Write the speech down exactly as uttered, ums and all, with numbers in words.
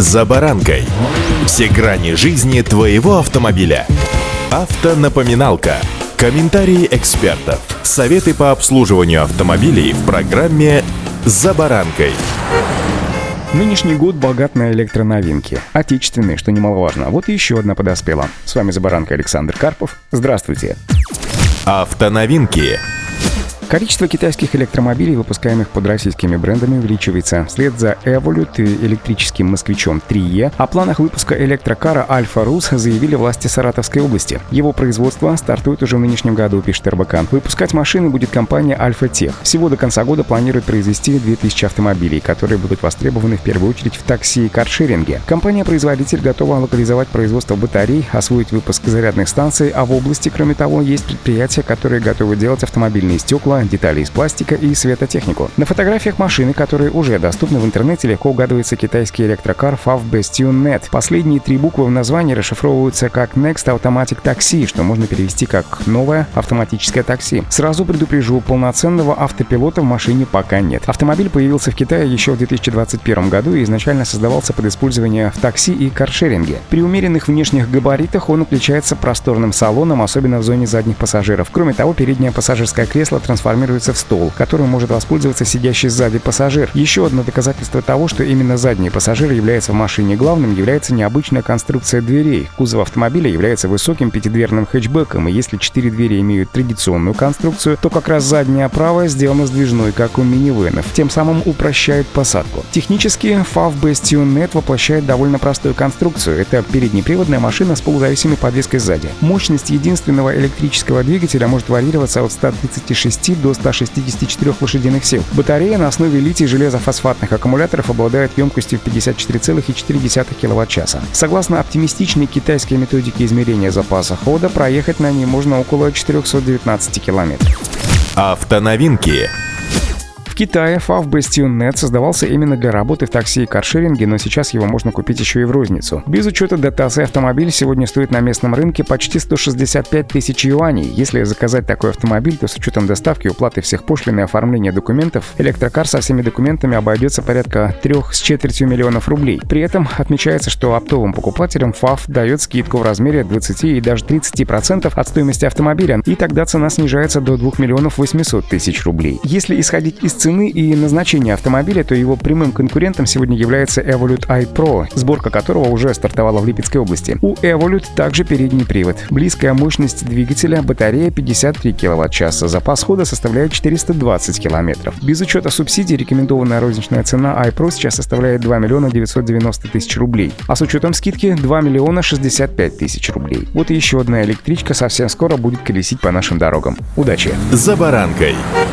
«За баранкой». Все грани жизни твоего автомобиля. Автонапоминалка. Комментарии экспертов. Советы по обслуживанию автомобилей в программе «За баранкой». Нынешний год богат на электроновинки. Отечественные, что немаловажно. Вот и еще одна подоспела. С вами «За баранкой» Александр Карпов. Здравствуйте. Автоновинки. Количество китайских электромобилей, выпускаемых под российскими брендами, увеличивается. Вслед за Evolute и электрическим москвичом три е о планах выпуска электрокара Альфа Рус заявили власти Саратовской области. Его производство стартует уже в нынешнем году, пишет эр бэ ка. Выпускать машины будет компания Альфа Тех. Всего до конца года планирует произвести две тысячи автомобилей, которые будут востребованы в первую очередь в такси и каршеринге. Компания-производитель готова локализовать производство батарей, освоить выпуск зарядных станций, а в области, кроме того, есть предприятия, которые готовы делать автомобильные стекла, детали из пластика и светотехнику. На фотографиях машины, которые уже доступны в интернете, легко угадывается китайский электрокар эф эй Bastion Net. Последние три буквы в названии расшифровываются как Next Automatic Taxi, что можно перевести как «новое автоматическое такси». Сразу предупрежу, полноценного автопилота в машине пока нет. Автомобиль появился в Китае еще в две тысячи двадцать первом году и изначально создавался под использование в такси и каршеринге. При умеренных внешних габаритах он отличается просторным салоном, особенно в зоне задних пассажиров. Кроме того, переднее пассажирское кресло трансформируется в стол, которым может воспользоваться сидящий сзади пассажир. Еще одно доказательство того, что именно задний пассажир является в машине главным, является необычная конструкция дверей. Кузов автомобиля является высоким пятидверным хэтчбеком, и если четыре двери имеют традиционную конструкцию, то как раз задняя правая сделана сдвижной, как у минивэнов, тем самым упрощает посадку. Технически эф эй Bastion Net воплощает довольно простую конструкцию. Это переднеприводная машина с полузависимой подвеской сзади. Мощность единственного электрического двигателя может варьироваться от ста тридцати шести до ста шестидесяти четырёх лошадиных сил. Батарея на основе литий-железофосфатных аккумуляторов обладает емкостью в пятьдесят четыре целых четыре десятых киловатт-часа. Согласно оптимистичной китайской методике измерения запаса хода, проехать на ней можно около четырехсот девятнадцати километров. Автоновинки. В Китае эф эй Bastion Net создавался именно для работы в такси и каршеринге, но сейчас его можно купить еще и в розницу. Без учета дотации автомобиль сегодня стоит на местном рынке почти сто шестьдесят пять тысяч юаней. Если заказать такой автомобиль, то с учетом доставки, уплаты всех пошлин и оформления документов, электрокар со всеми документами обойдется порядка трех с четвертью миллионов рублей. При этом отмечается, что оптовым покупателям эф эй дает скидку в размере двадцати и даже тридцати процентов от стоимости автомобиля, и тогда цена снижается до двух миллионов восьмисот тысяч рублей. Если исходить из цены и назначения автомобиля, то его прямым конкурентом сегодня является Evolute i-Pro, сборка которого уже стартовала в Липецкой области. У Evolute также передний привод. Близкая мощность двигателя, батарея пятьдесят три киловатт-часа, запас хода составляет четыреста двадцать километров. Без учета субсидий рекомендованная розничная цена i-Pro сейчас составляет два миллиона девятьсот девяносто тысяч рублей, а с учетом скидки два миллиона шестьдесят пять тысяч рублей. Вот и еще одна электричка совсем скоро будет колесить по нашим дорогам. Удачи! «За баранкой».